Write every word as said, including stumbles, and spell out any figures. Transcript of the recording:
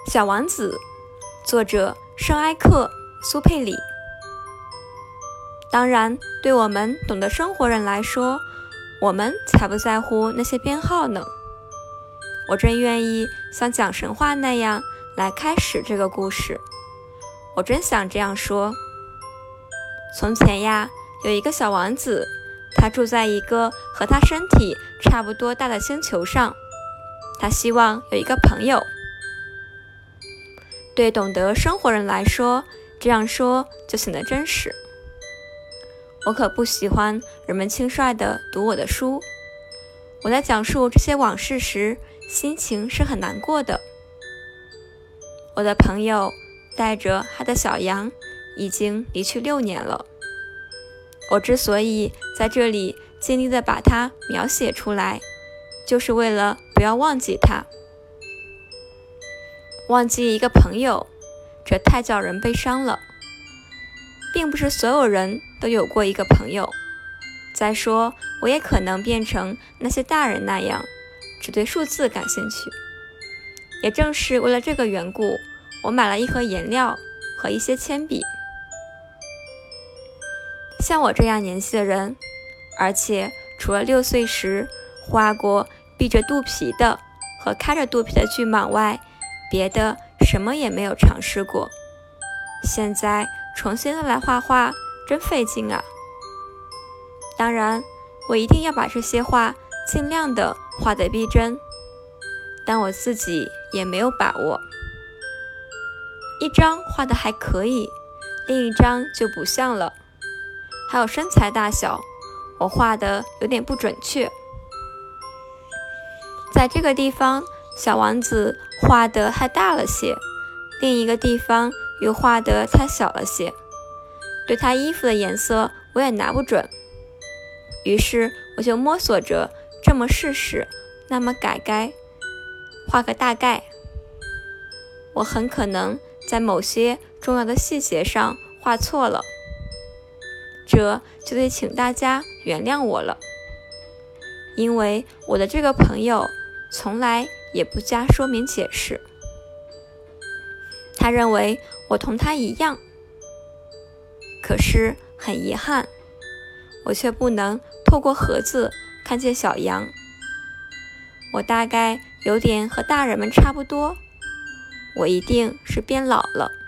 小王子，作者圣埃克苏佩里。当然，对我们懂得生活人来说，我们才不在乎那些编号呢。我真愿意像讲神话那样来开始这个故事。我真想这样说。从前呀，有一个小王子，他住在一个和他身体差不多大的星球上。他希望有一个朋友。对懂得生活人来说，这样说就显得真实。我可不喜欢人们轻率地读我的书。我在讲述这些往事时，心情是很难过的。我的朋友带着他的小羊已经离去六年了。我之所以在这里尽力地把它描写出来，就是为了不要忘记它。忘记一个朋友，这太叫人悲伤了。并不是所有人都有过一个朋友。再说，我也可能变成那些大人那样，只对数字感兴趣。也正是为了这个缘故，我买了一盒颜料和一些铅笔。像我这样年纪的人，而且除了六岁时画过闭着肚皮的和开着肚皮的巨蟒外，别的什么也没有尝试过。现在重新的来画画真费劲啊。当然，我一定要把这些画尽量的画得逼真，但我自己也没有把握。一张画得还可以，另一张就不像了。还有身材大小，我画得有点不准确。在这个地方，小王子画得太大了些，另一个地方又画得太小了些。对他衣服的颜色我也拿不准，于是我就摸索着这么试试，那么改改，画个大概。我很可能在某些重要的细节上画错了，这就得请大家原谅我了。因为我的这个朋友从来也不加说明解释。他认为我同他一样，可是很遗憾，我却不能透过盒子看见小羊。我大概有点和大人们差不多，我一定是变老了。